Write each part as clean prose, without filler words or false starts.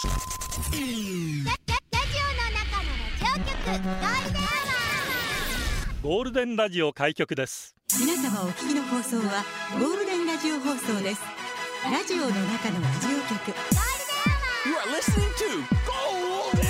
ゴールデンラジオ開局です。 皆様お聞きの放送はゴールデンラジオ放送です。ラジオの中のラジオ局 You are listening to Golden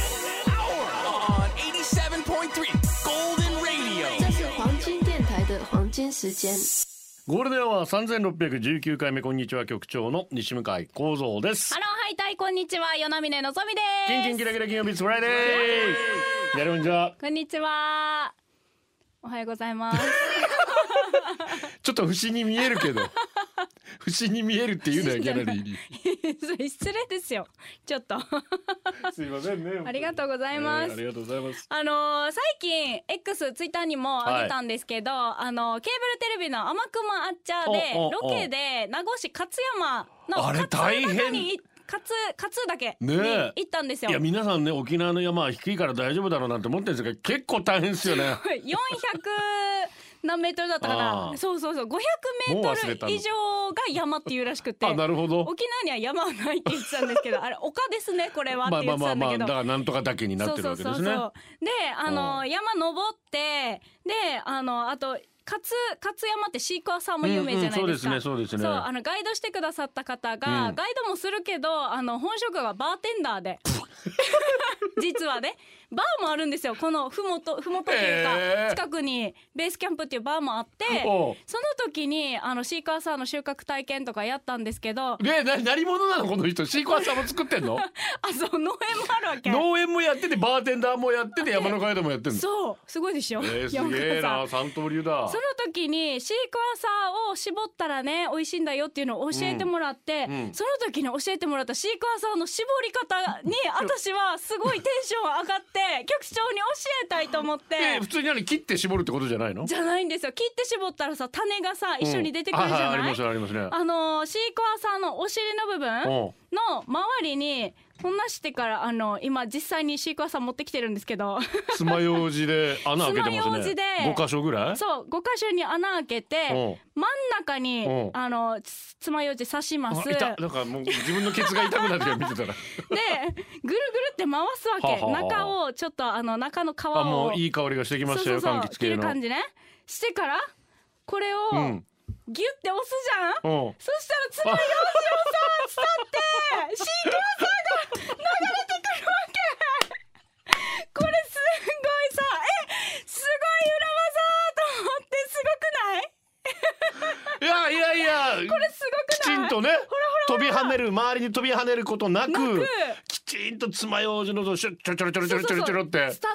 Hour on 87.3 Golden Radio。 这是黄金電台的黄金時間。 ゴールデンは3619回目。こんにちは、局長の西向井光三です。 ハローハイタイ、こんにちは、与那嶺のぞみです。 キンキンキラキラ金曜日フライデー。やるんじゃ。 こんにちは、おはようございますちょっと不思に見えるけど不思に見えるっていうのはギャラリーに失礼ですよ、ちょっとすいませんね。 ありがとうございます、 ありがとうございます。 最近 X ツイッターにも上げたんですけど、ケーブルテレビの天熊あっちゃでロケで名護市勝山のあれ大変勝岳にね行ったんですよ。 いや皆さんね、沖縄の山は低いから大丈夫だろうなんて思ってるんですけど、結構大変ですよね 400何メートルだったかな。そう500メートル以上が山っていうらしくて。 あ、なるほど。 沖縄には山はないって言ってたんですけどあれ丘ですねこれはって言ってたんだけど、 だからなんとか岳になってるわけですね。 そうで山登ってであと勝山ってシークワーサーも有名じゃないですか。 そうですね。 ガイドしてくださった方が、ガイドもするけど本職がバーテンダーで実はねバーもあるんですよ。このふもとっていうか、近くにベースキャンプっていうバーもあって、その時にシークワーサーの収穫体験とかやったんですけど、 何者なのこの人。シークワーサーも作ってんのそう、農園もあるわけ。 農園もやっててバーテンダーもやってて山のガイドもやってんの。 そうすごいでしょ、 すげえな、三刀流だ。 その時にシークワーサーを絞ったらね美味しいんだよっていうのを教えてもらって、その時に教えてもらったシークワーサーの絞り方に私はすごいテンション上がって局長に教えたいと思って普通に切って絞るってことじゃないの？ じゃないんですよ。切って絞ったらさ種がさ一緒に出てくるじゃない、 ありますね。 シークワーサーのお尻の部分の周りにこんなしてから今実際にシークワーサー持ってきてるんですけど爪楊枝で穴開けてますね。 爪楊枝で 5箇所ぐらい。 そう5箇所に穴開けて真ん中に爪楊枝刺します。 なんかもう自分のケツが痛くなってる見てたらでぐるぐるって回すわけ。中をちょっと中の皮をもういい香りがしてきましたよ。柑橘系の切る感じねしてからこれをギュッて押すじゃん。そしたら爪楊枝をさ伝ってシークワーサーが流れてくるわけこれすごいさすごい裏技と思ってすごくないいやこれすごくない？ きちんとね飛び跳ねる、周りに飛び跳ねることなくきちんと爪楊枝のちょろって伝ってさ流れていくわ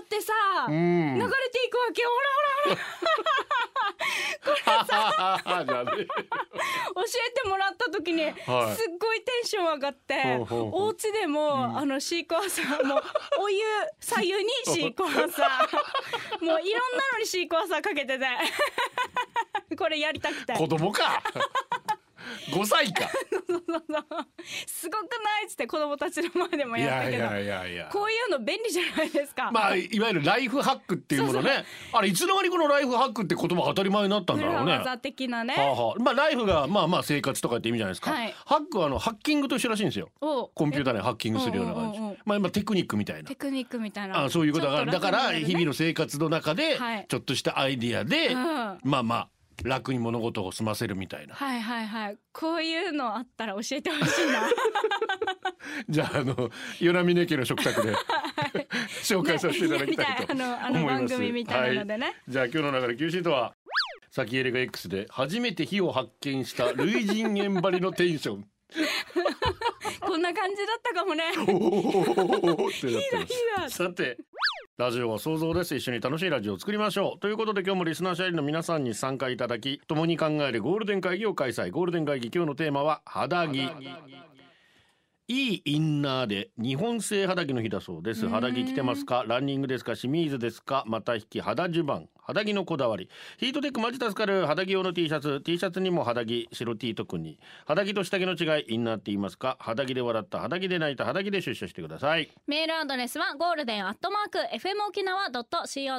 け。ほらこれさ教えてもらった時にすっごいテンション上がってお家でもシークワーサーもお湯左右にシークワーサーもういろんなのにシークワーサーかけててこれやりたくて。 子供か5歳かすごくないっつって子供たちの前でもやったけど、こういうの便利じゃないですか。 いわゆるライフハックっていうものね。あれいつの間にこのライフハックって言葉が当たり前になったんだろうね。 裏技的なね。 ライフが生活とかって意味じゃないですか。ハックはハッキングと一緒らしいんですよ。コンピューターにハッキングするような感じ。今テクニックみたいなそういうことだから日々の生活の中でちょっとしたアイディアで楽に物事を済ませるみたいな。 こういうのあったら教えてほしいなじゃあ与那嶺家の食卓で紹介させていただきたいと思います。 番組みたいなのでね。 じゃあ今日の流れ Q シートは先エレが X で初めて火を発見した類人猿張りのテンションこんな感じだったかもねってなってます。さてラジオは想像です。一緒に楽しいラジオを作りましょうということで、今日もリスナー社員の皆さんに参加いただき共に考えるゴールデン会議を開催。ゴールデン会議、今日のテーマは肌着。いいインナーで日本製肌着の日だそうです。肌着着てますか？ランニングですか？シミーズですか？また引き肌襦袢。肌着のこだわり。ヒートテックマジ助かる肌着用の T シャツにも肌着、白 T 特に。肌着と下着の違い、インナーって言いますか？肌着で笑った、肌着で泣いた、肌着で出社してください。 メールアドレスはゴールデン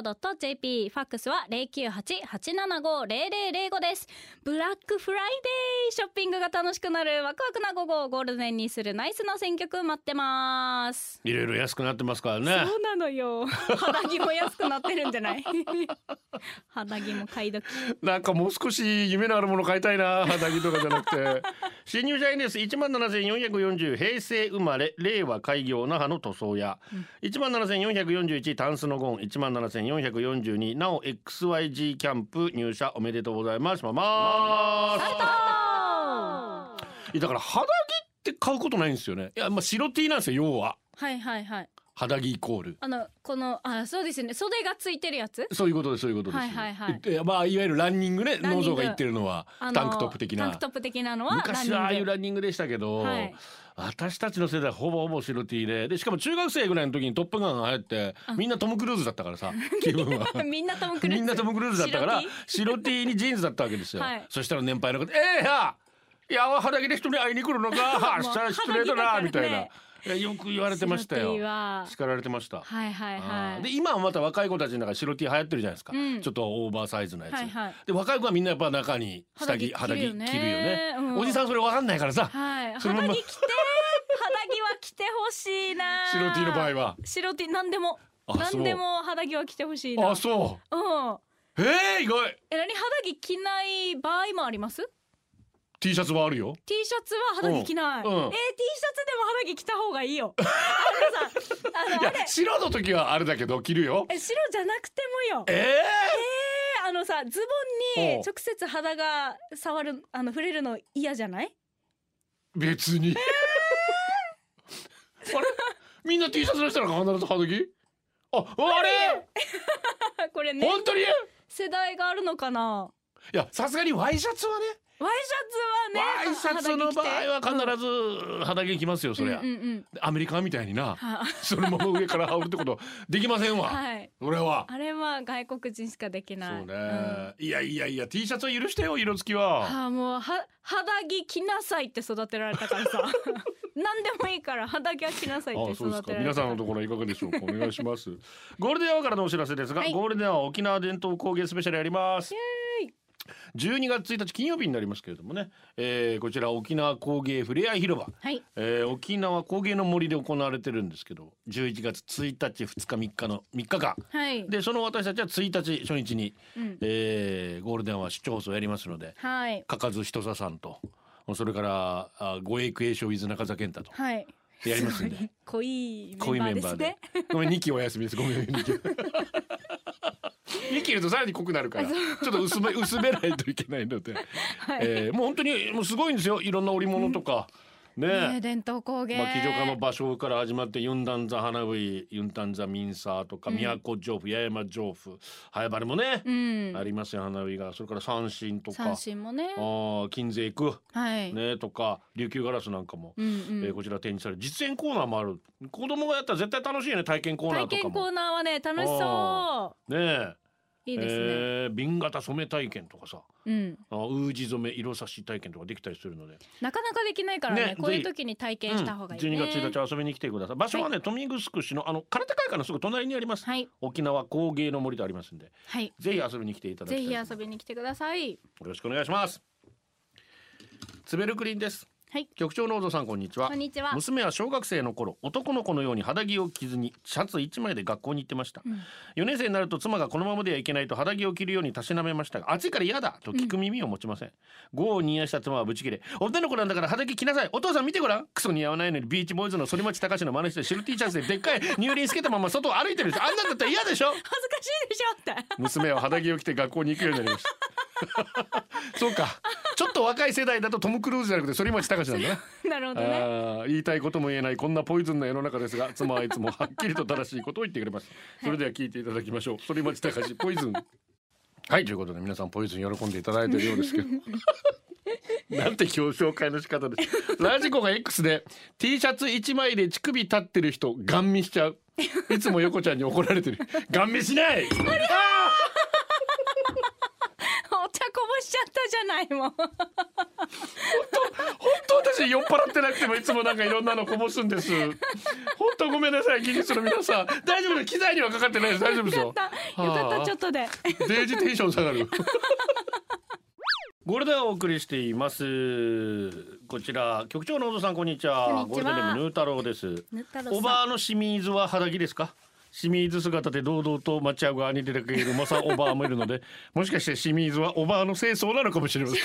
@fmokinawa.co.jp、ファックスは 098-875-0005 です。ブラックフライショッピングが楽しくなるワクワクな午後をゴールデンにするナイスな選曲待ってます。 いろいろ安くなってますからね。 そうなのよ。肌着も安くなってるんじゃない？肌着も買い時。 なんかもう少し夢のあるもの買いたいな、肌着とかじゃなくて。新入社員です。17,440平成生まれ令和開業那覇の塗装屋、17,441タンスのゴン、17,442なお XYG キャンプ入社おめでとうございます。だから肌着って買うことないんですよね。いや、白 T なんですよ要は。 はいはいはい。 肌着イコールこのそうですね、袖がついてるやつ。 そういうことですそういうことです。 はいはいはい。 いわゆるランニングね、農場が言ってるのはタンクトップ的な。 タンクトップ的なのは昔はああいうランニングでしたけど、はい、私たちの世代ほぼほぼ白 T で、しかも中学生ぐらいの時にトップガンが流行ってみんなトム・クルーズだったからさ、気分はみんなトム・クルーズだったから白 T にジーンズだったわけですよ、はい、そしたら年配の方いや肌着で人に会いに来るのか失礼だなみたいなよく言われてましたよ。叱られてました。 はいはいはい。 で今はまた若い子たちの中白 T 流行ってるじゃないですか、ちょっとオーバーサイズのやつ、で若い子はみんなやっぱ中に肌着着るよね、おじさんそれ分かんないからさ、 肌着着て肌着は着てほしいな。 白 T の場合は白 T 何でも肌着は着てほしいな。 あ、そう。意外。 何、肌着着ない場合もあります ？T シャツはあるよ。 T シャツは肌着着ない。T シャツでも肌着着た方がいいよ。 いや白の時はあれだけど着るよ。 白じゃなくてもよ。ズボンに直接肌が触る触れるの嫌じゃない？ 別に。あれ？みんな T シャツの人は必ず肌着？あれ？これね。本当に？ 世代があるのかな。 いやさすがにワイシャツはね。 ワイシャツの場合は必ず肌着着ますよそりゃ、アメリカみたいになそのまま上から羽織るってことできませんわ、俺はあれは外国人しかできない。 そうね、いや T シャツは許してよ、色付きは。 もう肌着着なさいって育てられたからさ何でもいいから肌着は着なさいって育てられた。 皆さんのところいかがでしょうか。お願いします。ゴールデンアワーからのお知らせですが、ゴールデンアワー沖縄伝統工芸スペシャルやります。12月1日金曜日になりますけれどもね、こちら沖縄工芸ふれあい広場、沖縄工芸の森で行われてるんですけど、11月1日2日3日の3日間、でその私たちは1日初日に、ゴールデンは出張放送やりますので、かかずひとささんとそれから護衛区営所伊豆中澤健太とやりますんで、 濃いメンバーでごめん2期お休みです。ごめん2期2期いるとさらに濃くなるからちょっと薄めないといけないので、もう本当にもうすごいんですよ、いろんな織物とか、 伝統工芸、 基女化の場所から始まってユンダンザ花火、ユンタンザミンサーとか、宮古上府、八重山上府、早原もね、ありますよ花火が。それから三線とか、 三線もね、 金税区、ねとか琉球ガラスなんかも、こちら展示される。実演コーナーもある。子供がやったら絶対楽しいよね、体験コーナーとかも。 体験コーナーはね楽しそうね。いいですね。 瓶型染め体験とかさ、ウージ染め色差し体験とかできたりするので、 なかなかできないからね、こういう時に体験した方がいいね。 12月1日遊びに来てください。場所はね、豊見城市の空手会館のすぐ隣にあります、沖縄工芸の森とありますんで、ぜひ遊びに来ていただきたい。 ぜひ遊びに来てください。 よろしくお願いします。ツベルクリンです。局長の小野さん、こんにちは。娘は小学生の頃、男の子のように肌着を着ずにシャツ1枚で学校に行ってました、4年生になると妻がこのままではいけないと肌着を着るようにたしなめましたが、暑いから嫌だと聞く耳を持ちません。業を煮やした妻はブチ切れ、女の子なんだから肌着着なさい、お父さん見てごらん、クソ似合わないのにビーチボーイズの反町隆史の真似して白 T シャツででっかい乳輪つけたまま外を歩いてるんです。あんなんだったら嫌でしょ。 恥ずかしいでしょって娘は肌着を着て学校に行くようになりましたそうか、ちょっと若い世代だとトム・クルーズじゃなくて反町隆史なんだななるほどね。 言いたいことも言えないこんなポイズンな世の中ですが、妻はいつもはっきりと正しいことを言ってくれます。それでは聞いていただきましょう。反町隆史ポイズン。はい、ということで皆さんポイズン喜んでいただいているようですけどなんて今日紹介の仕方です。ラジコが X で T シャツ1枚で乳首立ってる人ガン見しちゃう。いつも横ちゃんに怒られてる。ガン見しないお茶こぼしちゃったじゃないもん。本当私酔っ払ってなくてもいつもなんかいろんなのこぼすんです。本当ごめんなさい、技術の皆さん。大丈夫です、機材にはかかってないです。大丈夫ですよ。 よかったちょっとでデージテンション下がるゴールデンをお送りしています。こちら局長の小野さん、こんにちは。 こんにちは。 ゴールデンネームヌー太郎です。 ヌー太郎さん。 おばあの清水は肌着ですか？清水姿で堂々と町屋側に出てくるマサおばあもいるので、もしかして清水はおばあの清掃なのかもしれません。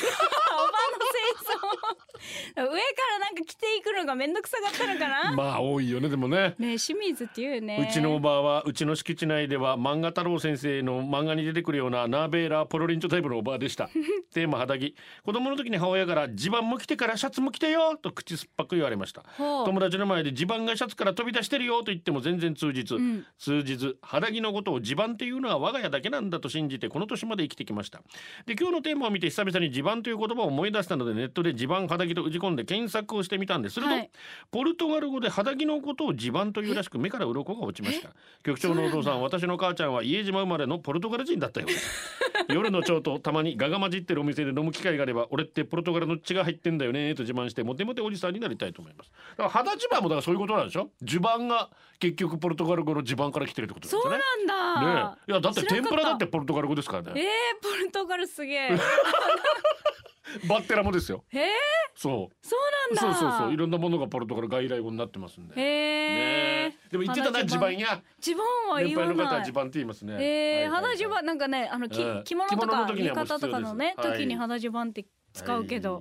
上からなんか着ていくのがめんどくさかったのかな。 まあ多いよね。でもね、 清水っていうね。 うちのおばあはうちの敷地内では漫画太郎先生の漫画に出てくるようなナーベーラーポロリンチョタイプのおばあでした。テーマ肌着。子供の時に母親からジバンも着てからシャツも着てよと口酸っぱく言われました。友達の前でジバンがシャツから飛び出してるよと言っても全然通じず、肌着のことをジバンっていうのは我が家だけなんだと信じてこの年まで生きてきました。で、今日のテーマを見て久々にジバンという言葉を思い出したので、ネットでジバン肌着と打ち込んで検索をしてみたんです。すると、ポルトガル語で肌着のことをジバンというらしく目から鱗が落ちました。局長のお父さん、私の母ちゃんは家島生まれのポルトガル人だったようです。夜の蝶とたまにガが混じってるお店で飲む機会があれば、俺ってポルトガルの血が入ってんだよねと自慢してモテモテおじさんになりたいと思います。だから肌襦袢もだからそういうことなんでしょ。襦袢が結局ポルトガル語の襦袢から来てるってことですよね。 そうなんだ、 ね、いやだって天ぷらだってポルトガル語ですからね。 ポルトガルすげえ。 バッテラもですよ。 そうなんだ。 そういろんなものがポルトガル外来語になってますんで。ね、でも言ってたな、襦袢や。 襦袢は言わない。 年配の方は襦袢って言いますね。 肌襦袢なんかね、着物とか浴衣とかのね時に肌襦袢って使うけど。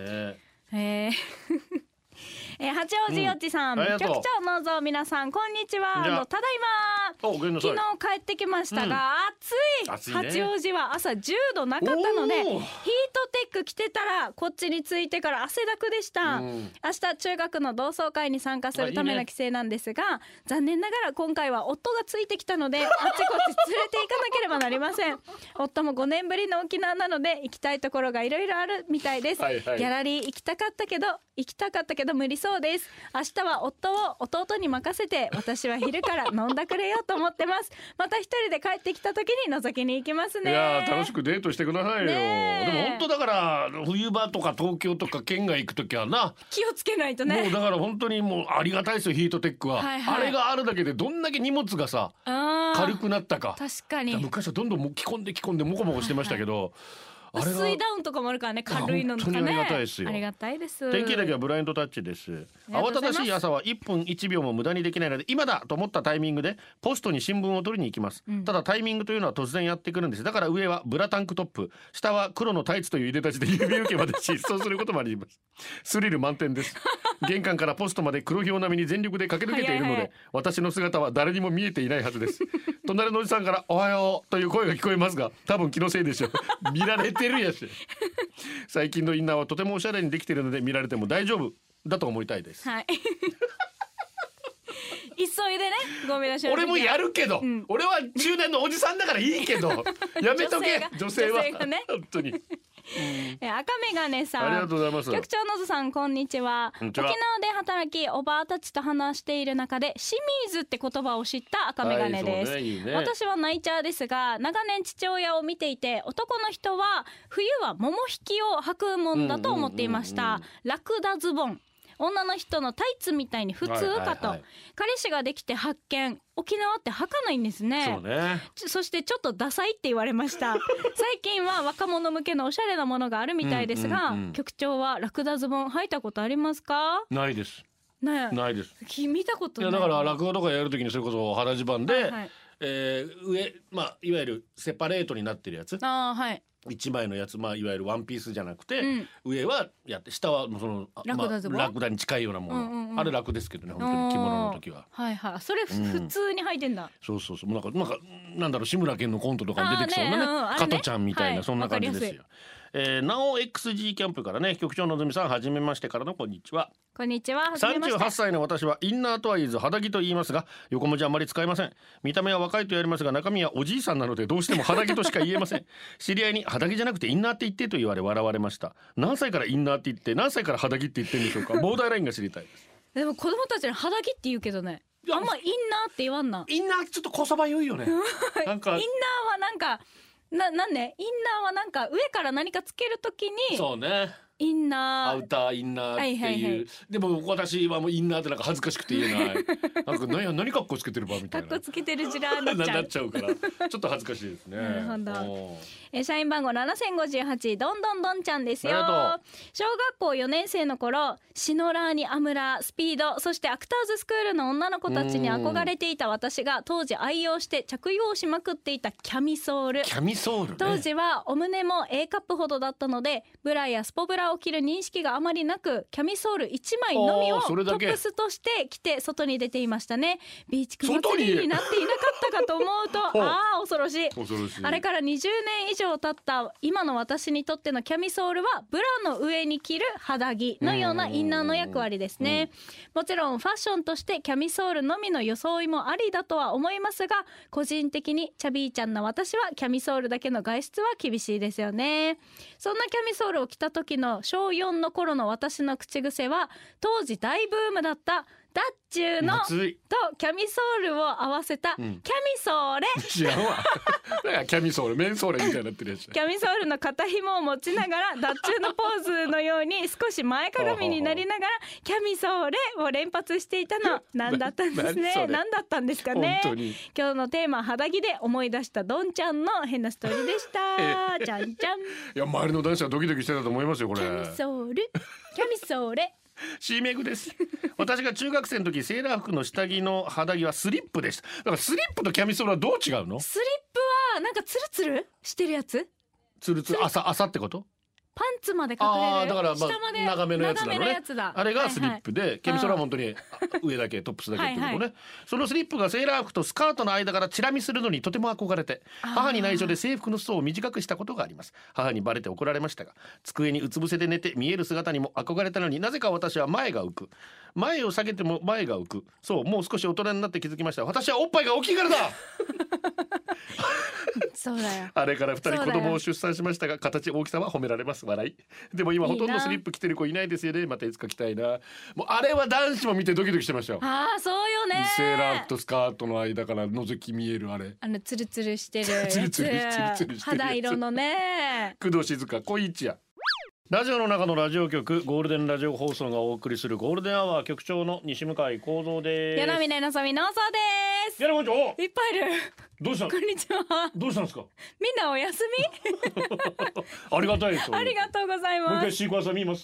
八王子よっちさん、局長のぞ皆さんこんにちは。ただいま昨日帰ってきましたが、暑い八王子は朝10度なかったのでヒートテック着てたらこっちに着いてから汗だくでした。明日中学の同窓会に参加するための帰省なんですが、残念ながら今回は夫がついてきたのであっちこっち連れて行かなければなりません。夫も5年ぶりの沖縄なので行きたいところがいろいろあるみたいです。ギャラリー行きたかったけど無理そうです。明日は夫を弟に任せて私は昼から飲んだくれようと思ってます。また一人で帰ってきた時に覗きに行きますね。 いや楽しくデートしてくださいよ。でも本当だから冬場とか東京とか県外行く時はな、 気をつけないとね。 もうだから本当にもうありがたいですよ、ヒートテックは。あれがあるだけでどんだけ荷物がさ軽くなったか。 確かに昔はどんどん着込んでモコモコしてましたけど、 薄いダウンとかもあるからね、軽いのとかね。 本当にありがたいですよ。 ありがたいです。 天気だけはブラインドタッチです。慌ただしい朝は1分1秒も無駄にできないので、今だと思ったタイミングでポストに新聞を取りに行きます。ただタイミングというのは突然やってくるんです。だから上はブラタンクトップ、下は黒のタイツといういでたちで郵便受けまで疾走することもあります。スリル満点です。玄関からポストまで黒ひょう並みに全力で駆け抜けているので、私の姿は誰にも見えていないはずです。隣のおじさんからおはようという声が聞こえますが、多分気のせいでしょう。見られてるやし。最近のインナーはとてもおしゃれにできているので見られても大丈夫だと思いたいです。 急いでね、ごめんなさい。 俺もやるけど、俺は中年のおじさんだからいいけどやめとけ。女性は本当に。 赤メガネさん、 ありがとうございます。 局長のずさんこんにちは。沖縄で働きおばあたちと話している中で清水って言葉を知った赤メガネです。私はナイチャーですが、長年父親を見ていて、男の人は冬は桃引きを履くもんだと思っていました。ラクダズボン、女の人のタイツみたいに普通かと。彼氏ができて発見、沖縄って履かないんですね。そしてちょっとダサいって言われました。最近は若者向けのおしゃれなものがあるみたいですが、局長はラクダズボン履いたことありますか？ ないです。ないです。 見たことない。 だから落語とかやるときにそれこそ肌襦袢で、上いわゆるセパレートになってるやつ。一枚のやつ、いわゆるワンピースじゃなくて、上はやって下はそのラクダに近いようなもの、あれ楽ですけどね、本当に着物の時は。それ普通に履いてんだ。そうなんだろう、志村けんのコントとかに出てきそうなね、加トちゃんみたいな、そんな感じですよ。なお XG キャンプからね、局長のぞみさんはじめましてからのこんにちは。 こんにちは。 38歳の私はインナーとは言いず肌着と言いますが、横文字あまり使いません。見た目は若いと言われますが、中身はおじいさんなのでどうしても肌着としか言えません。知り合いに肌着じゃなくてインナーって言ってと言われ笑われました。何歳からインナーって言って何歳から肌着って言ってるんでしょうか。ボーダーラインが知りたいです。でも子供たちの肌着って言うけどね、あんまインナーって言わんな。 インナーちょっとこそば言うよね。なんかインナーはなんかなんでインナーはなんか上から何かつけるときに、 そうね、 インナー、 アウターインナーっていう、でも私はもうインナーってなんか恥ずかしくて言えない。なんか何格好つけてるばみたいな。 格好つけてるじらになっちゃうからちょっと恥ずかしいですね。 なるほど。 社員番号7058どんどんどんちゃんですよ。 ありがと小学校4年生の頃、シノラーにアムラー、スピード、そしてアクターズスクールの女の子たちに憧れていた私が当時愛用して着用しまくっていたキャミソール。 キャミソールね。 当時はお胸も A カップほどだったので、ブラやスポブラを着る認識があまりなく、キャミソール1枚のみをトそれだけップスとして着て外に出ていましたね。ビーチク祭りになっていなかったかと思うと恐ろしい。 恐ろしい。 あれから20年以上経った今の私にとってのキャミソールはブラの上に着る肌着のようなインナーの役割ですね。もちろんファッションとしてキャミソールのみの装いもありだとは思いますが、個人的にチャビーちゃんな私はキャミソールだけの外出は厳しいですよね。そんなキャミソールを着た時の小4の頃の私の口癖は、当時大ブームだったダッチューのとキャミソールを合わせたキャミソーレ、 知らんわ。だからキャミソール、メンソーレみたいになってるやつ。 キャミソールの肩紐を持ちながらダッチューのポーズのように少し前かがみになりながらキャミソーレを連発していたの何だったんですね。何だったんですかね。今日のテーマ肌着で思い出したドンちゃんの変なストーリーでした。ちゃんちゃん。いや、周りの男子はドキドキしてたと思いますよこれ。 キャミソール、キャミソーレ。 シーメグです。私が中学生の時、セーラー服の下着の肌着はスリップでした。だからスリップとキャミソールはどう違うの？ スリップはなんかツルツルしてるやつ？ ツルツル、朝ってこと？ パンツまで隠れる。 だから、 下まで長めのやつなのね。あれがスリップで、キャミソールは本当に上だけ、トップスだけっていうことね。そのスリップがセーラー服とスカートの間からチラ見するのにとても憧れて、母に内緒で制服の裾を短くしたことがあります。母にバレて怒られましたが、机にうつ伏せで寝て見える姿にも憧れたのに、なぜか私は前が浮く。前を下げても前が浮く。そう、もう少し大人になって気づきました。私はおっぱいが大きいからだ。 そうだよ。 あれから2人子供を出産しましたが、形大きさは褒められます。笑い。でも今ほとんどスリップ着てる子いないですよね。またいつか着たいな。もうあれは男子も見てドキドキしてましたよ。 そうよね。 セーラー服とスカートの間から覗き見えるあれ。 ツルツルしてるやつ。 ツルツルしてる肌色のね。 工藤静香、こいちや。ラジオの中のラジオ局、ゴールデンラジオ放送がお送りするゴールデンアワー、局長の西向井光三です。 柳峰のぞみのそうです。 柳本長、 いっぱいいる。 どうした？ こんにちは。 どうしたんですか？ みんなお休み？ ありがたいですよ。 ありがとうございます。 もう一回シークワーサー見ます？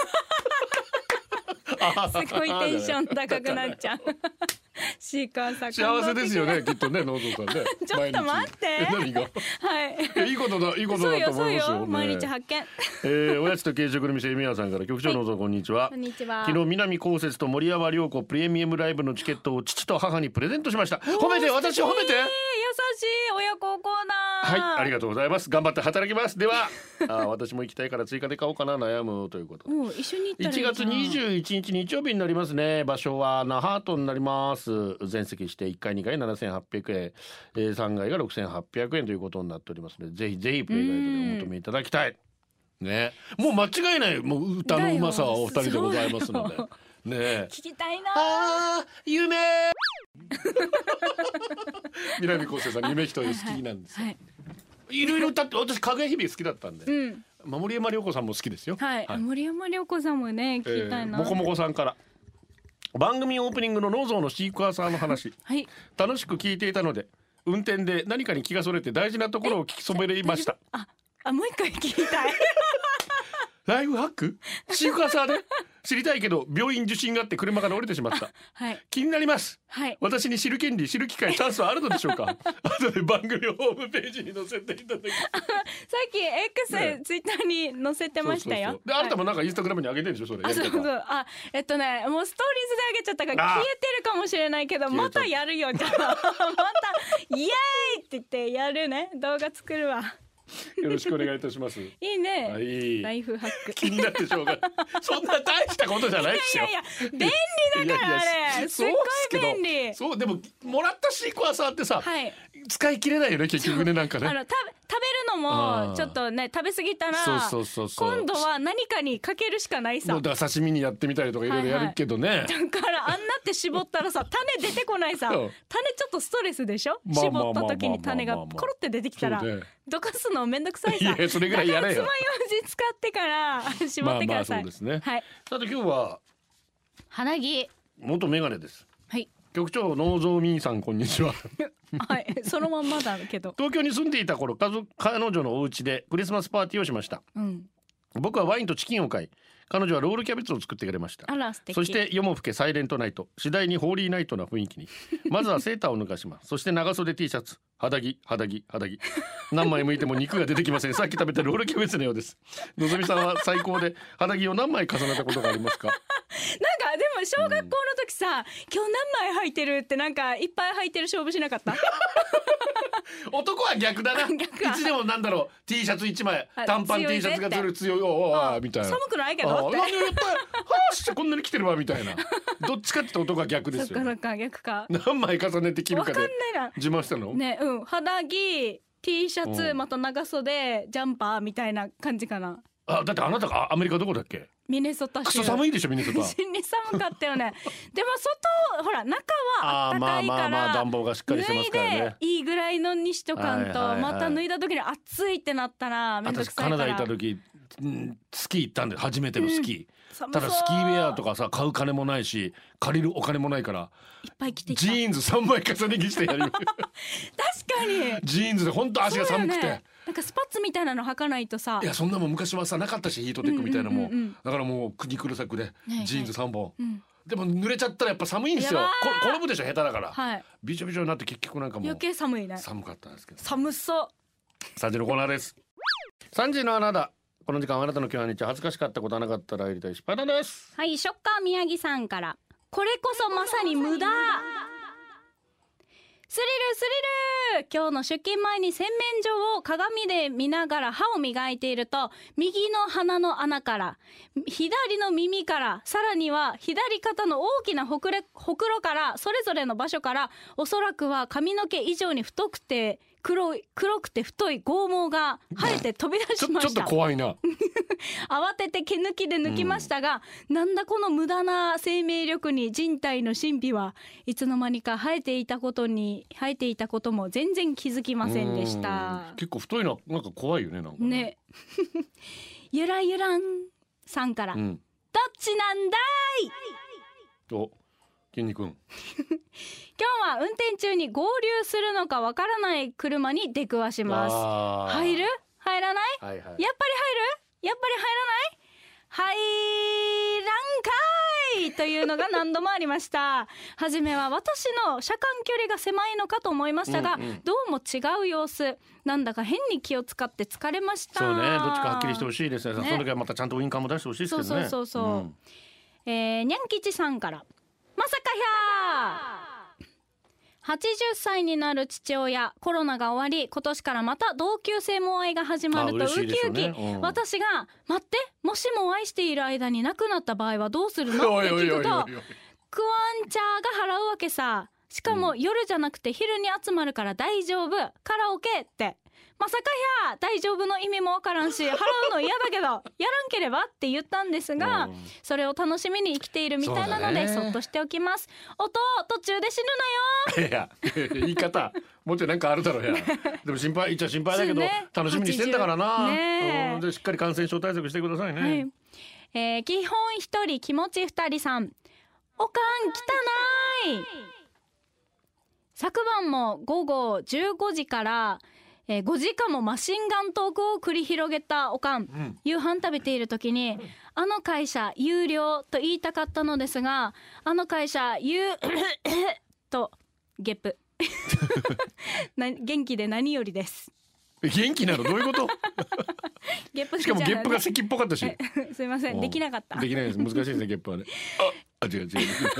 すごいテンション高くなっちゃう。シーカーさん幸せですよね、きっとね、ノーゾーさんね。 ちょっと待って。 何が？ はい。 いいことだ、いいことだと思いますよね。 毎日発見。 おやつと軽食の店、みやさんから、局長ノーゾー、こんにちは。 こんにちは。 昨日南こうせつと森山良子プレミアムライブのチケットを父と母にプレゼントしました。褒めて、私を褒めて。 優しい親子コーナー。 はい、ありがとうございます。頑張って働きます。では私も行きたいから追加で買おうかな、悩むということで。 一緒に行ったらいい 1月21日日曜日になりますね。場所は那覇島になります。全席して1階2階7800円、3階が6800円ということになっておりますので、ぜひぜひプレイガイドでお求めいただきたいね。もう間違いない、もう歌のうまさはお二人でございますのでね。 聞きたいな。 夢南こうせいさん、夢一人好きなんですよ。いろいろ歌って、私かぐや姫好きだったんで、森山良子さんも好きですよ。 森山良子さんもね、聞きたいな。 もこもこさんから、番組オープニングのノーゾーのシークワーサーの話、楽しく聞いていたので、運転で何かに気がそれて大事なところを聞きそびれました。 もう一回聞きたい。 ライフハック？シークワーサーで知りたいけど病院受診があって車から降りてしまった。気になります。私に知る権利、知る機会、チャンスはあるのでしょうか？後で番組ホームページに載せていただき。さっき X、ツイッターに載せてましたよ。 で、あなたもなんかインスタグラムに上げてるでしょ、それ。 もうストーリーズで上げちゃったから消えてるかもしれないけど、またやるよ。じゃあまたイエーイって言ってやるね。動画作るわ。 よろしくお願いいたします。 いいね。ライフハック。 気になってしょうがない。そんな大したことじゃないですよ。 便利だからあれ。すっごい便利。 そう、でももらったシークワーサーってさ、使い切れないよね、結局ね、なんかね。 食べるのもちょっとね、食べ過ぎたら今度は何かにかけるしかないさ。 だから刺身にやってみたりとかいろいろやるけどね。 だからあんなって絞ったらさ、種出てこないさ。種ちょっとストレスでしょ。絞った時に種がコロって出てきたらどかすのめんどくさいさ。 それぐらいやれよ。 爪楊枝使ってから絞ってください。 そうですね。さて今日は花木元メガネです。 局長農蔵民さんこんにちははいそのまんまだけど東京に住んでいた頃彼女のお家でクリスマスパーティーをしました、僕はワインとチキンを買い彼女はロールキャベツを作ってくれました。 あら素敵。 そして夜も更けサイレントナイト、次第にホーリーナイトな雰囲気に。まずはセーターを脱がします。そして長袖 T シャツ、肌着何枚剥いても肉が出てきません。さっき食べたロールキャベツのようです。のぞみさんは最高で肌着を何枚重ねたことがありますか？ なんかでも小学校の時さ、今日何枚履いてるってなんかいっぱい履いてる勝負しなかった？ 男は逆だな。いつでもなんだろう T シャツ1枚短パン T シャツが強いみたいな。 寒くないけどって。 こんなに来てるわみたいな。どっちかって男は逆ですよ。 そっか逆か。 何枚重ねて着るかで分かんないな。 自慢したの？ ね、肌着 T シャツまた長袖ジャンパーみたいな感じかな。 だってあなたがアメリカどこだっけ？ ミネソタ州。 クソ寒いでしょミネソタ。 死に寒かったよね。でも外ほら中は暖かいから暖房がしっかりしてますからね。 脱いでいいぐらいのにしとかんと、また脱いだ時に暑いってなったらめんどくさいから。 私カナダ行った時スキー行ったんで初めてのスキー、ただスキーウェアとかさ買う金もないし借りるお金もないからいっぱい着てきた。 ジーンズ3枚重ね着してやる。確かにジーンズで本当足が寒くて、 なんかスパッツみたいなの履かないとさ。 いやそんなもん昔はさなかったしヒートテックみたいなもん、だからもう国くるさくでジーンズ3本、でも濡れちゃったらやっぱ寒いんですよ。転ぶでしょ下手だから、びちょびちょになって結局なんかもう余計寒いね。 寒かったんですけど。 寒そう。 3時のコーナーです。3時のあなた、この時間あなたの今日は日恥ずかしかったことはなかったらやりたい失敗談です。 はい、ショッカー宮城さんから、これこそまさに無駄。スリル今日の出勤前に洗面所を鏡で見ながら歯を磨いていると、右の鼻の穴から左の耳からさらには左肩の大きなほくろからそれぞれの場所からおそらくは髪の毛以上に太くて黒くて太い剛毛が生えて飛び出しました。 ちょっと怖いな。 慌てて毛抜きで抜きましたが、なんだこの無駄な生命力に人体の神秘はいつの間にか生えていたことも全然気づきませんでした。 結構太いのなんか怖いよねなんかね。 ゆらゆらんさんから、どっちなんだい。 筋肉今日は運転中に合流するのかわからない車に出くわします。入る？入らない？やっぱり入る？やっぱり入らない？入らんかいというのが何度もありました。はじめは私の車間距離が狭いのかと思いましたが、どうも違う様子。なんだか変に気を使って疲れました。 そうね、どっちかはっきりしてほしいですね。その時はまたちゃんとウインカーも出してほしいですけどね。 そう、にゃん吉さんから、まさかひゃー。80歳になる父親、コロナが終わり今年からまた同級生も愛が始まるとウキウキ、私が待って、もしも愛している間に亡くなった場合はどうするのって聞くと、クワンチャーが払うわけさ。しかも夜じゃなくて昼に集まるから大丈夫、カラオケって。まさかひゃー、大丈夫の意味もわからんし払うの嫌だけどやらんければって言ったんですが、それを楽しみに生きているみたいなのでそっとしておきます。音途中で死ぬなよ。 いや言い方もうちょいなんかあるだろうや。でも心配だけど、楽しみにしてんだからな、でしっかり感染症対策してくださいね。 基本一人気持ち二人さん、おかん汚い。昨晩も午後15時から5時間もマシンガントークを繰り広げたおかん、夕飯食べている時にあの会社有料と言いたかったのですが、あの会社とゲップ元気で何よりです。 元気なのどういうことゲップしかもゲップが咳っぽかったしすいません、できなかった。 できないです、難しいですねゲップはね。違う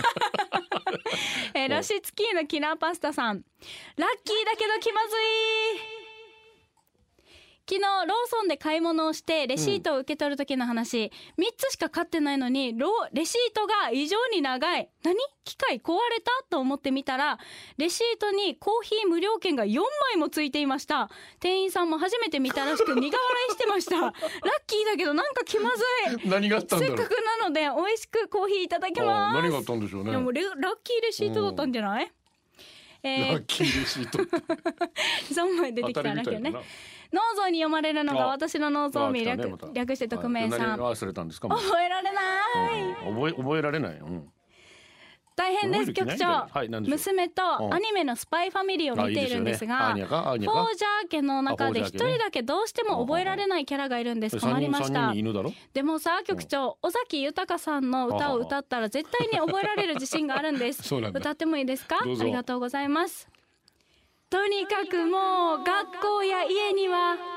ロシツキーのキナーパスタさん、ラッキーだけど気まずい。昨日ローソンで買い物をしてレシートを受け取る時の話、3つしか買ってないのにレシートが異常に長い。何？機械壊れたと思ってみたら、レシートにコーヒー無料券が4枚もついていました。店員さんも初めて見たらしく苦笑いしてました。ラッキーだけどなんか気まずい。 何があったんだろう。 せっかくなので美味しくコーヒーいただきます。 何があったんでしょうね。 でもラッキーレシートだったんじゃない？ ラッキーレシート 3枚出てきただけね。ノーゾーに読まれるのが私のノーゾーミー、略して匿名さん。 忘れたんですか？ 覚えられない。 覚えられない。 大変です局長、 はい何でしょう。 娘とアニメのスパイファミリーを見ているんですが、フォージャー家の中で一人だけどうしても覚えられないキャラがいるんです。困りました。でもさ局長、尾崎豊さんの歌を歌ったら絶対に覚えられる自信があるんです歌ってもいいですか？ありがとうございます。とにかくもう学校や家には帰りたく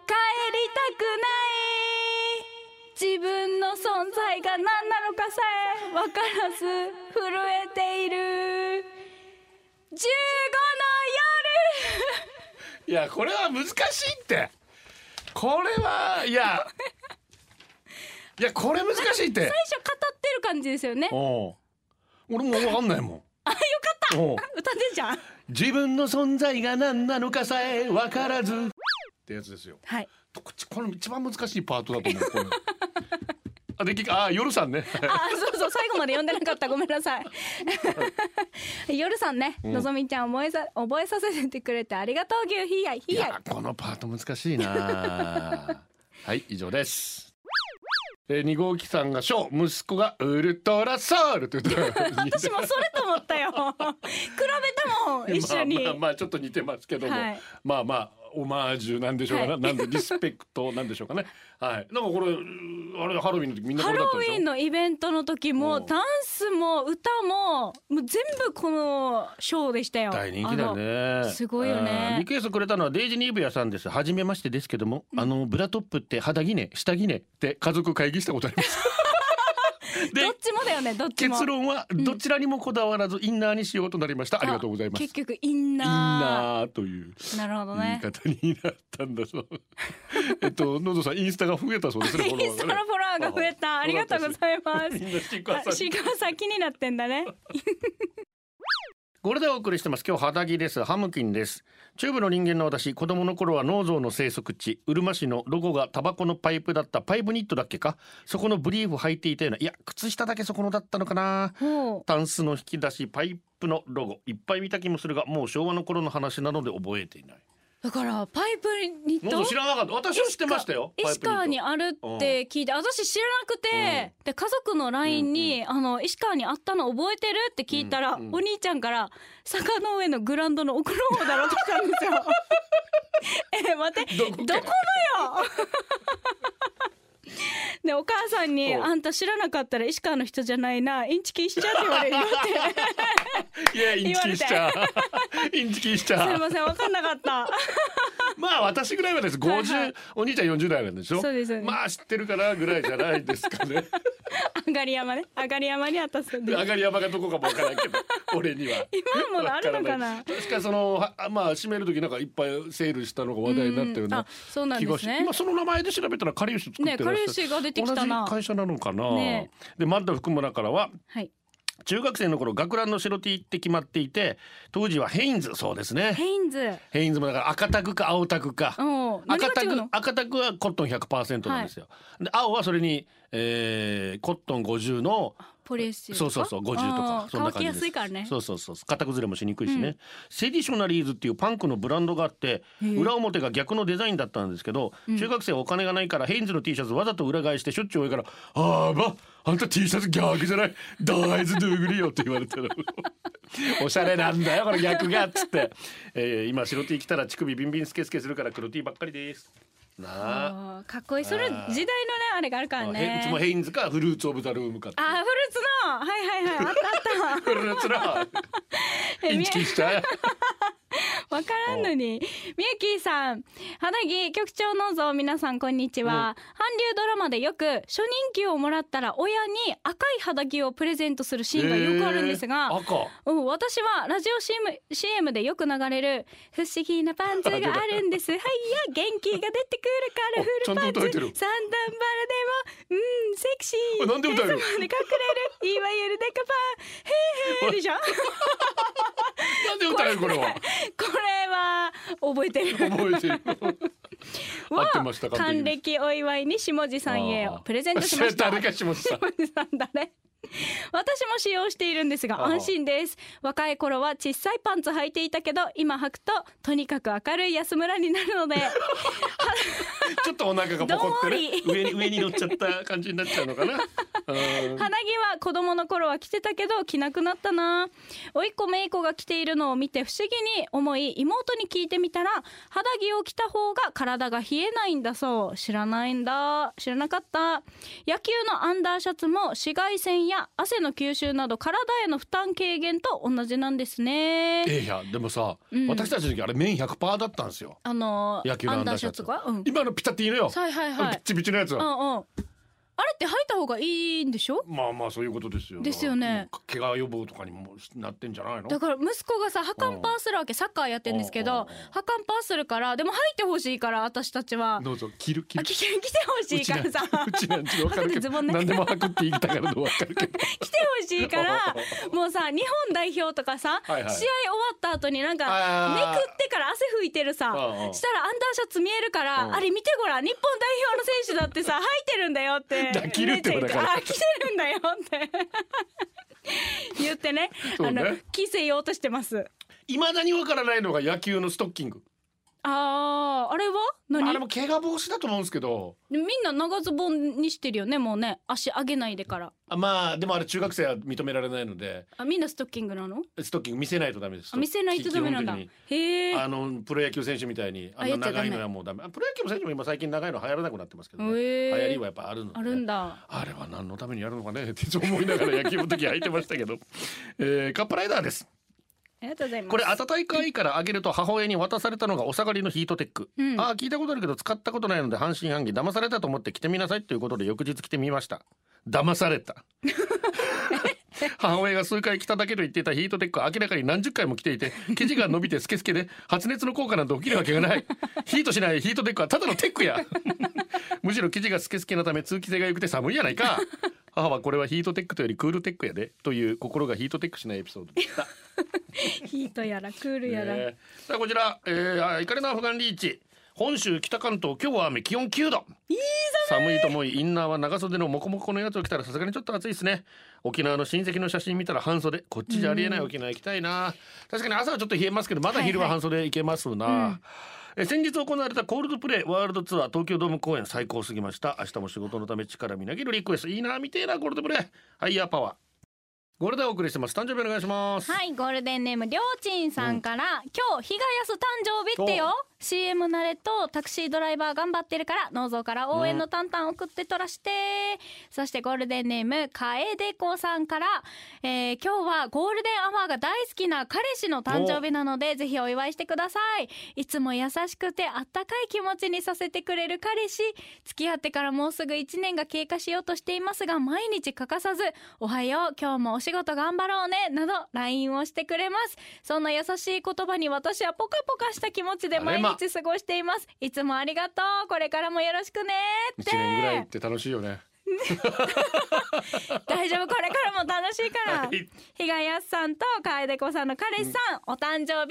ない自分の存在が何なのかさえ分からず震えている15の夜いやこれは難しいってこれはいやこれ難しいって最初語ってる感じですよね。 俺も分かんないもんあよかった歌ってんじゃん。 自分の存在が何なのかさえ分からずってやつですよ。 はいこれ一番難しいパートだと思うこれ夜さんねそう最後まで読んでなかったごめんなさい夜さんね、のぞみちゃん覚えさせてくれてありがとう牛ひやいひやい。 いやこのパート難しいなはい以上です。2号機さんが小息子がウルトラソウルって言った私もそれと思ったよ比べたもん一緒にまあちょっと似てますけども、はい、まあオマージュなんでしょうかね、なんでリスペクトなんでしょうかね。はいなんかこれあれハロウィンの時みんなこれだったでしょ。 ハロウィンのイベントの時もダンスも歌も全部このショーでしたよ。 大人気だね。 すごいよね。 リクエストくれたのはデイジニーブヤさんです。はじめましてですけども、ブラトップって肌着ね下着ねって家族会議したことありますどっちもだよね。どっちも結論はどちらにもこだわらずインナーにしようとなりました。ありがとうございます。 結局インナーというなるほどね言い方になったんだそうのぞさんインスタが増えたそうですね。 インスタのフォロワーが増えたありがとうございますみんなシークワーサー気になってんだねこれでお送りしてます。今日肌着です。ハムキンです。チューブの人間の私、子供の頃は農場の生息地うるま市のロゴがタバコのパイプだったパイプニットだっけか、そこのブリーフ履いていたような、いや靴下だけそこのだったのかな。タンスの引き出しパイプのロゴいっぱい見た気もするが、もう昭和の頃の話なので覚えていない。 だからパイプニット知らなかった。私は知ってましたよ。 石川にあるって聞いて、私知らなくて、で家族の LINE に、石川にあったの覚えてるって聞いたら、お兄ちゃんから坂の上のグラウンドの奥の方だろって来たんですよ待ってどこのよでお母さんにあんた知らなかったら石川の人じゃないなインチキしちゃって言われるよっていやインチキしちゃインチキしちゃすいません分かんなかったまあ私ぐらいはです。50、お兄ちゃん40代なんでしょ。 そうです、ね、 まあ知ってるからぐらいじゃないですかね上がり山ね上がり山にあったそうです。 上がり山がどこかもわからんけど俺には今もあるのかな。 確かそのまあ閉める時なんかいっぱいセールしたのが話題になったようなそうなんですね。 今その名前で調べたらかりゆし作ってらっしゃる、 かりゆしが出てきたな。 同じ会社なのかな、ね、でマッダ福村からは、 はい、 中学生の頃学ランの白 T って決まっていて、当時はヘインズ、そうですね、 ヘインズもだから赤タグか青タグか、赤タグはコットン 100% なんですよ、で青はそれに、コットン50のポリエステルそう50とかそんな感じです。 乾きやすいからね。 そう型崩れもしにくいしね、セディショナリーズっていうパンクのブランドがあって裏表が逆のデザインだったんですけど、中学生はお金がないからヘインズの T シャツわざと裏返してしょっちゅう多いから、あんた T シャツ逆じゃない、大豆ドゥーグリよって言われたらおしゃれなんだよこれ逆がっつって、今白 T 着たら乳首ビンビンスケスケするから黒 T ばっかりですなあ。 かっこいい。それ時代のねあれがあるからね。 うちもヘインズかフルーツオブザルームかって。 フルーツのはいあったフルーツのインチキしちゃうわからんのに。みゆきさん、肌着局長のぞ皆さんこんにちは、韓流ドラマでよく初任給をもらったら親に赤い肌着をプレゼントするシーンがよくあるんですが、私はラジオ CM でよく流れる不思議なパンツがあるんですはいや元気が出てくるカラフルパンツ、三段バラでもセクシー、 なんで歌える、 で隠れるいわゆるデカパンへーでしょなんで歌えるこれは覚えてる合ってましたか。 還暦お祝いに下地さんへをプレゼントしました。 誰か下地さん誰私も使用しているんですが安心です。若い頃は小さいパンツ履いていたけど今履くととにかく明るい安村になるのでちょっとお腹がポコってね上に乗っちゃった感じになっちゃうのかな肌着は子供の頃は着てたけど着なくなったな。おいっ子めいっ子が着ているのを見て不思議に思い、妹に聞いてみたら肌着を着た方が体が冷えないんだそう。知らないんだ、知らなかった。野球のアンダーシャツも紫外線や汗の吸収など体への負担軽減と同じなんですね。 いやでもさ、私たちの時あれ綿 100% だったんですよ。野球のアンダーシャツが、今のピタッていいのよ。 はいはいはい。 ピッチピチのやつは。 あれって履いた方がいいんでしょ。 まあまあそういうことですよ。 ですよね。 怪我予防とかにもなってんじゃないの。 だから息子がさハカンパーするわけ。サッカーやってるんですけどハカンパーするから、でも履いてほしいから私たちはどうぞ着てほしいからさうちなんち分かるけど何でも履くって言いたから分かるけど着てほしいからもうさ日本代表とかさ、試合終わった後になんかめくってから汗拭いてるさ、したらアンダーシャツ見えるから、あれ見てごらん日本代表の選手だってさ履いてるんだよって着るってことだから着てるんだよって言ってね、着せようとしてます。 未だにわからないのが野球のストッキング。 あれは何？ あれも怪我防止だと思うんですけど、 みんな長ズボンにしてるよね。もうね足上げないでから。 まあでもあれ中学生は認められないので。 みんなストッキングなの？ ストッキング見せないとダメです。 見せないとダメなんだ。へえ。 プロ野球選手みたいに長いのはもうダメ。プロ野球選手も今最近長いの流行らなくなってますけどね。流行りはやっぱあるので。あるんだ。 あれは何のためにやるのかねって思いながら野球の時履いてましたけど。カップライダーです。 ありがとうございます。 これ温かいからあげると母親に渡されたのがお下がりのヒートテック、聞いたことあるけど使ったことないので半信半疑、騙されたと思って着てみなさいということで翌日着てみました。騙された母親が数回着ただけと言っていたヒートテックは明らかに何十回も着ていて、生地が伸びてスケスケで発熱の効果なんて起きるわけがない。ヒートしないヒートテックはただのテックやむしろ生地がスケスケなため通気性が良くて寒いやないか。母はこれはヒートテックというよりクールテックやでという心がヒートテックしないエピソードでしたヒートやらクールやら、 さあこちら、イカレナアフガンリーチ本州北関東今日は雨気温9度。寒いと思いインナーは長袖のモコモコのやつを着たらさすがにちょっと暑いですね。沖縄の親戚の写真見たら半袖、こっちじゃありえない。沖縄行きたいな。確かに朝はちょっと冷えますけどまだ昼は半袖行けますな。先日行われたコールドプレイワールドツアー東京ドーム公演最高すぎました。明日も仕事のため力みなぎるリクエスト。いいな、見てえなコールドプレイ。ハイヤーパワーゴールデンお送りしてます。誕生日お願いします。 はい、ゴールデンネームりょうちんさんから、今日日が安誕生日ってよ。CM 慣れとタクシードライバー頑張ってるから農蔵から応援のタンタン送ってとらして、そしてゴールデンネームかえでこさんから、今日はゴールデンアワーが大好きな彼氏の誕生日なのでぜひお祝いしてください。いつも優しくてあったかい気持ちにさせてくれる彼氏、付き合ってからもうすぐ1年が経過しようとしていますが毎日欠かさずおはよう今日もお仕事頑張ろうねなど LINE をしてくれます。そんな優しい言葉に私はポカポカした気持ちで毎日過ごしています。いつもありがとう、これからもよろしくねって。 1年ぐらいって楽しいよね大丈夫、これからも楽しいから、日賀やすさんとかえでこさんの彼氏さん、お誕生日おめでとんとんとん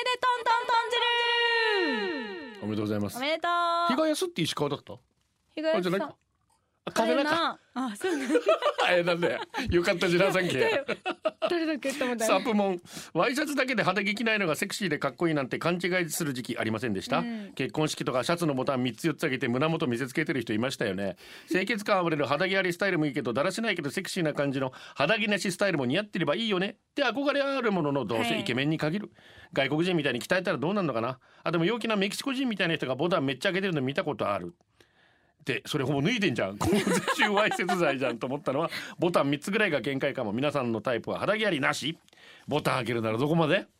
じる。 おめでとうございます。 おめでとう。 日賀やすって石川だった？ 日賀やすさん壁中。 そうねなんだよ。よかったじなさんけ。 誰だっけって思った。 サプモンワイシャツだけで肌着着ないのがセクシーでかっこいいなんて勘違いする時期ありませんでした、結婚式とかシャツのボタン3つ4つ上げて胸元見せつけてる人いましたよね。清潔感あふれる肌着ありスタイルもいいけどだらしないけどセクシーな感じの肌着なしスタイルも似合ってればいいよねって憧れあるもののどうせイケメンに限る、外国人みたいに鍛えたらどうなるのかな。でも陽気なメキシコ人みたいな人がボタンめっちゃ上げてるの見たことあるで、それほぼ脱いでんじゃん。この絶種わいせつ罪じゃんと思ったのはボタン3つぐらいが限界かも。皆さんのタイプは肌着ありなし？ボタン開けるならどこまで？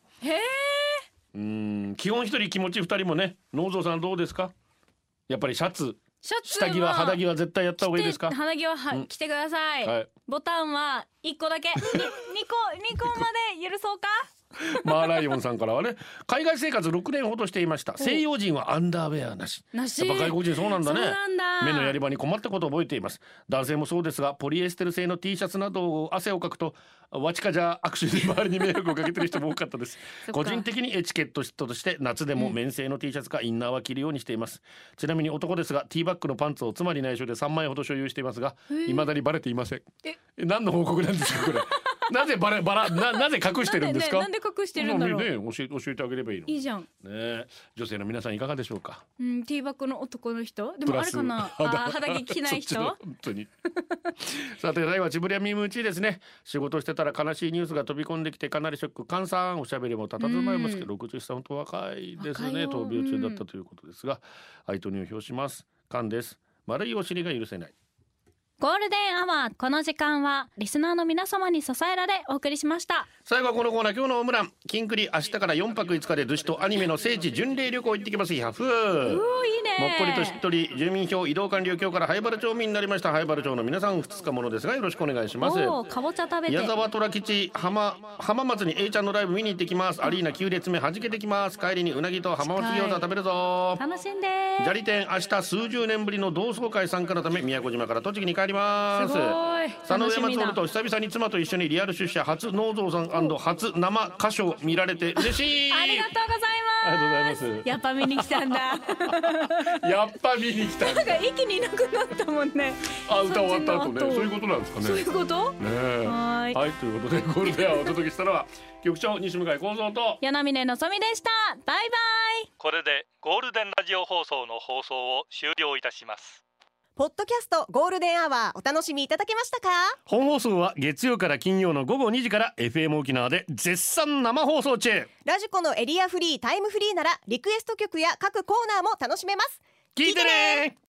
基本1人気持ち2人もね。農蔵さんどうですか？やっぱりシャツ下着は肌着は絶対やった方がいいですか？ 肌着は着てください、ボタンは1個だけ2個まで許そうかマーライオンさんからはね、海外生活6年ほどしていました。西洋人はアンダーウェアなし。やっぱ外国人そうなんだね。目のやり場に困ったことを覚えています。男性もそうですがポリエステル製の T シャツなどを汗をかくとわちかじゃ握手で周りに迷惑をかけてる人も多かったです個人的にエチケットとして夏でも綿製の T シャツかインナーは着るようにしています、ちなみに男ですがティーバッグのパンツを妻に内緒で3枚ほど所有していますが未だにバレていません。何の報告なんですかこれなぜなぜ隠してるんですか。 なんで隠してるんだろう。 ね、教えてあげればいいの。 いいじゃん。 ね、女性の皆さんいかがでしょうか。 ティーバッグの男の人でもあれかな。肌着着ない人。 本当に。さて、来はちぶりやみむちですね。仕事してたら悲しいニュースが飛び込んできてかなりショック。菅さんおしゃべりもたたずまいますけど、60歳本当若いですね。闘病中だったということですが、愛と入表します。菅です。丸いお尻が許せない。 ゴールデンアワー、この時間はリスナーの皆様に支えられお送りしました。 最後はこのコーナー、今日のオムラン。キンクリ明日から4泊5日で逗子とアニメの聖地巡礼旅行行ってきます。ヤフー。 いいね。 もっこりとしっとり住民票移動管理を今日から灰原町民になりました。灰原町の皆さん2日ものですがよろしくお願いします。 かぼちゃ食べて。 矢沢虎吉浜松に A ちゃんのライブ見に行ってきます。アリーナ9列目弾けてきます。帰りにうなぎと浜松餃子食べるぞ。 楽しんで。 砂利店明日数十年ぶりの同窓会参加のため宮古島から栃木に帰ります。 すごい。 佐野山町と久々に妻と一緒にリアル出社初農蔵さん&初生歌唱見られて嬉しい。 ありがとうございます。 ありがとうございます。 やっぱ見に来たんだ。 やっぱ見に来たんだ。 なんか一気にいなくなったもんね。 歌終わった後ね。そういうことなんですかね。 そういうことね。はい、ということでゴールデンをお届けしたのは局長西向井光三と柳峰のぞみでした。バイバイ。 これでゴールデンラジオ放送の放送を終了いたします。 ポッドキャストゴールデンアワーお楽しみいただけましたか。 本放送は月曜から金曜の午後2時から FM 沖縄で絶賛生放送中。 ラジコのエリアフリータイムフリーならリクエスト曲や各コーナーも楽しめます。 聞いてね。